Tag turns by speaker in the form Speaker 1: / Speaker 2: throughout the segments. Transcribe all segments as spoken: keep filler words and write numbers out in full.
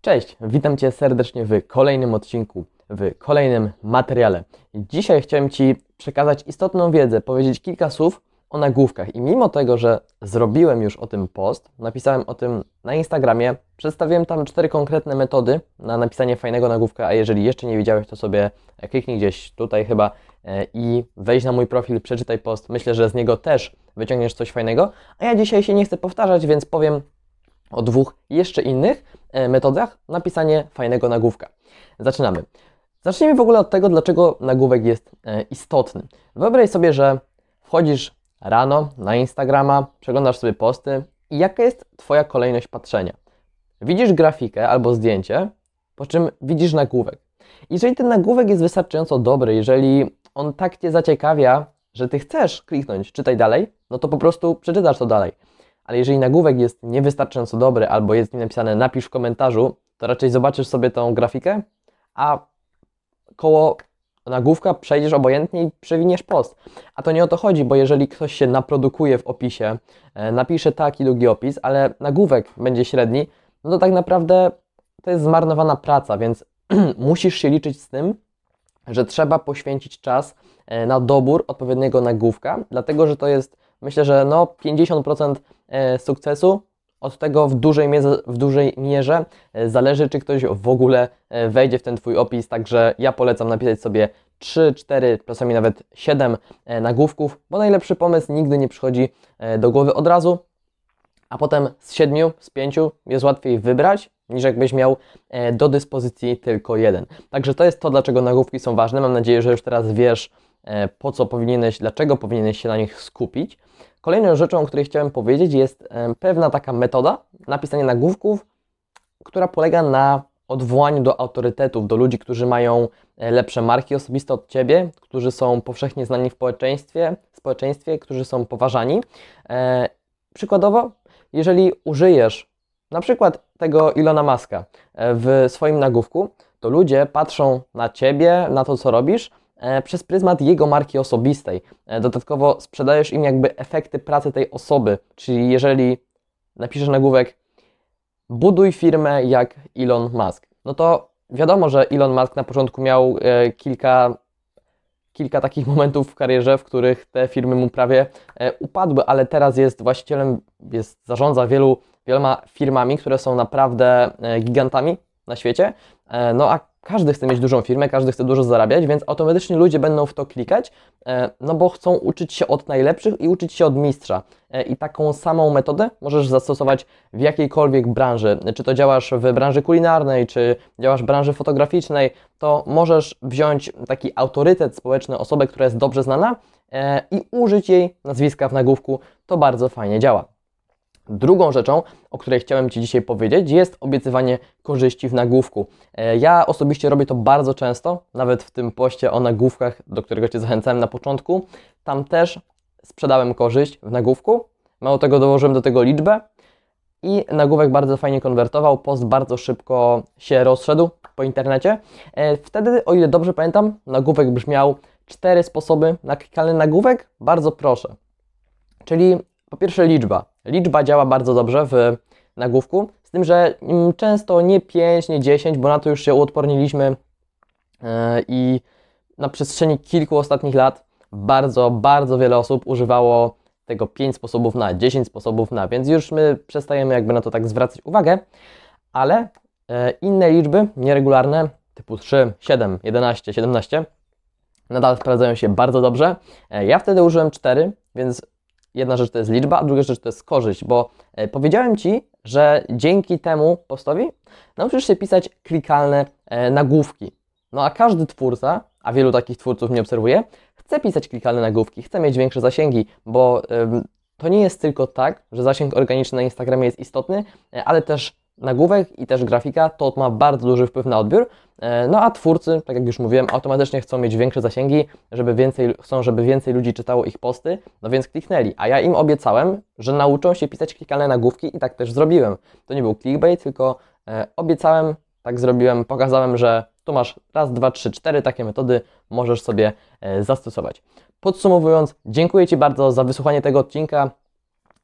Speaker 1: Cześć, witam Cię serdecznie w kolejnym odcinku, w kolejnym materiale. Dzisiaj chciałem Ci przekazać istotną wiedzę, powiedzieć kilka słów o nagłówkach. I mimo tego, że zrobiłem już o tym post, napisałem o tym na Instagramie, przedstawiłem tam cztery konkretne metody na napisanie fajnego nagłówka, a jeżeli jeszcze nie widziałeś, to sobie kliknij gdzieś tutaj chyba i wejdź na mój profil, przeczytaj post. Myślę, że z niego też wyciągniesz coś fajnego, a ja dzisiaj się nie chcę powtarzać, więc powiem o dwóch jeszcze innych metodach na pisanie fajnego nagłówka. Zaczynamy. Zacznijmy w ogóle od tego, dlaczego nagłówek jest istotny. Wyobraź sobie, że wchodzisz rano na Instagrama, przeglądasz sobie posty i jaka jest Twoja kolejność patrzenia. Widzisz grafikę albo zdjęcie, po czym widzisz nagłówek. Jeżeli ten nagłówek jest wystarczająco dobry, jeżeli on tak Cię zaciekawia, że Ty chcesz kliknąć czytaj dalej, no to po prostu przeczytasz to dalej. Ale jeżeli nagłówek jest niewystarczająco dobry albo jest w nim napisane napisz w komentarzu, to raczej zobaczysz sobie tą grafikę, a koło nagłówka przejdziesz obojętnie i przewiniesz post. A to nie o to chodzi, bo jeżeli ktoś się naprodukuje w opisie, napisze taki długi opis, ale nagłówek będzie średni, no to tak naprawdę to jest zmarnowana praca, więc musisz się liczyć z tym, że trzeba poświęcić czas na dobór odpowiedniego nagłówka, dlatego że to jest, myślę, że no pięćdziesiąt procent sukcesu. Od tego w dużej mierze, w dużej mierze zależy, czy ktoś w ogóle wejdzie w ten Twój opis, także ja polecam napisać sobie trzy, cztery, czasami nawet siedem nagłówków, bo najlepszy pomysł nigdy nie przychodzi do głowy od razu, a potem z siedmiu, z pięciu jest łatwiej wybrać, niż jakbyś miał do dyspozycji tylko jeden. Także to jest to, dlaczego nagłówki są ważne. Mam nadzieję, że już teraz wiesz, po co powinieneś, dlaczego powinieneś się na nich skupić. Kolejną rzeczą, o której chciałem powiedzieć, jest pewna taka metoda napisania nagłówków, która polega na odwołaniu do autorytetów, do ludzi, którzy mają lepsze marki osobiste od Ciebie, którzy są powszechnie znani w społeczeństwie, społeczeństwie którzy są poważani. E, przykładowo, jeżeli użyjesz na przykład tego Ilona Muska w swoim nagłówku, to ludzie patrzą na Ciebie, na to, co robisz, przez pryzmat jego marki osobistej. Dodatkowo sprzedajesz im jakby efekty pracy tej osoby, czyli jeżeli napiszesz nagłówek buduj firmę jak Elon Musk, no to wiadomo, że Elon Musk na początku miał e, kilka, kilka takich momentów w karierze, w których te firmy mu prawie e, upadły, ale teraz jest właścicielem, jest, zarządza wielu, wieloma firmami, które są naprawdę e, gigantami na świecie, e, no a każdy chce mieć dużą firmę, każdy chce dużo zarabiać, więc automatycznie ludzie będą w to klikać, no bo chcą uczyć się od najlepszych i uczyć się od mistrza. I taką samą metodę możesz zastosować w jakiejkolwiek branży. Czy to działasz w branży kulinarnej, czy działasz w branży fotograficznej, to możesz wziąć taki autorytet społeczny, osobę, która jest dobrze znana i użyć jej nazwiska w nagłówku. To bardzo fajnie działa. Drugą rzeczą, o której chciałem Ci dzisiaj powiedzieć, jest obiecywanie korzyści w nagłówku. Ja osobiście robię to bardzo często, nawet w tym poście o nagłówkach, do którego Cię zachęcałem na początku. Tam też sprzedałem korzyść w nagłówku, mało tego dołożyłem do tego liczbę i nagłówek bardzo fajnie konwertował, post bardzo szybko się rozszedł po internecie. Wtedy, o ile dobrze pamiętam, nagłówek brzmiał cztery sposoby na klikalny nagłówek, bardzo proszę. Czyli po pierwsze liczba. Liczba działa bardzo dobrze w nagłówku, z tym, że często nie pięć, nie dziesięć, bo na to już się uodporniliśmy i na przestrzeni kilku ostatnich lat bardzo, bardzo wiele osób używało tego pięć sposobów na, dziesięć sposobów na, więc już my przestajemy jakby na to tak zwracać uwagę, ale inne liczby nieregularne typu trzy, siedem, jedenaście, siedemnaście nadal sprawdzają się bardzo dobrze. Ja wtedy użyłem cztery, więc jedna rzecz to jest liczba, a druga rzecz to jest korzyść, bo e, powiedziałem Ci, że dzięki temu postowi nauczysz się pisać klikalne e, nagłówki. No a każdy twórca, a wielu takich twórców mnie obserwuje, chce pisać klikalne nagłówki, chce mieć większe zasięgi, bo e, to nie jest tylko tak, że zasięg organiczny na Instagramie jest istotny, e, ale też nagłówek i też grafika, to ma bardzo duży wpływ na odbiór. No a twórcy, tak jak już mówiłem, automatycznie chcą mieć większe zasięgi, żeby więcej, chcą, żeby więcej ludzi czytało ich posty, no więc kliknęli. A ja im obiecałem, że nauczą się pisać klikalne nagłówki i tak też zrobiłem. To nie był clickbait, tylko e, obiecałem, tak zrobiłem, pokazałem, że tu masz raz, dwa, trzy, cztery takie metody, możesz sobie e, zastosować. Podsumowując, dziękuję Ci bardzo za wysłuchanie tego odcinka.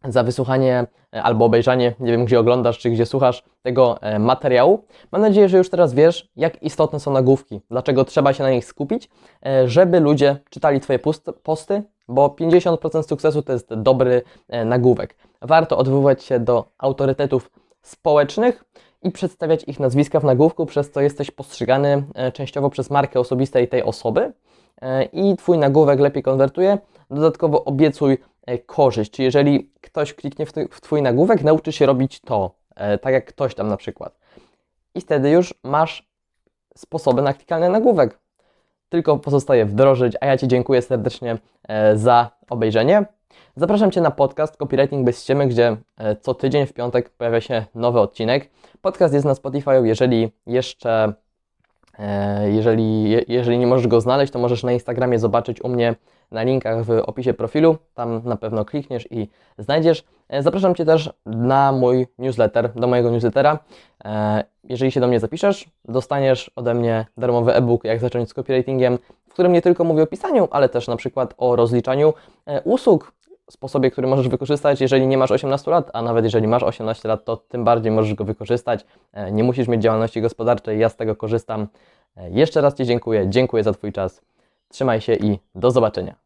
Speaker 1: za wysłuchanie e, albo obejrzenie, nie wiem gdzie oglądasz, czy gdzie słuchasz tego e, materiału. Mam nadzieję, że już teraz wiesz, jak istotne są nagłówki, dlaczego trzeba się na nich skupić, e, żeby ludzie czytali Twoje pust- posty, bo pięćdziesiąt procent sukcesu to jest dobry e, nagłówek. Warto odwoływać się do autorytetów społecznych i przedstawiać ich nazwiska w nagłówku, przez co jesteś postrzegany e, częściowo przez markę osobistej tej osoby e, i Twój nagłówek lepiej konwertuje. Dodatkowo obiecuj e, korzyść, czyli jeżeli ktoś kliknie w, ty, w Twój nagłówek, nauczy się robić to, e, tak jak ktoś tam na przykład. I wtedy już masz sposoby na klikalny nagłówek. Tylko pozostaje wdrożyć, a ja Ci dziękuję serdecznie e, za obejrzenie. Zapraszam Cię na podcast Copywriting bez ściemy, gdzie e, co tydzień w piątek pojawia się nowy odcinek. Podcast jest na Spotify, jeżeli jeszcze e, jeżeli, je, jeżeli nie możesz go znaleźć, to możesz na Instagramie zobaczyć u mnie na linkach w opisie profilu. Tam na pewno klikniesz i znajdziesz. E, zapraszam Cię też na mój newsletter, do mojego newslettera. E, jeżeli się do mnie zapiszesz, dostaniesz ode mnie darmowy e-book Jak zacząć z copywritingiem, w którym nie tylko mówię o pisaniu, ale też na przykład o rozliczaniu e, usług, sposobie, który możesz wykorzystać, jeżeli nie masz osiemnastu lat, a nawet jeżeli masz osiemnaście lat, to tym bardziej możesz go wykorzystać. E, Nie musisz mieć działalności gospodarczej, ja z tego korzystam. E, Jeszcze raz Ci dziękuję, dziękuję za Twój czas. Trzymaj się i do zobaczenia.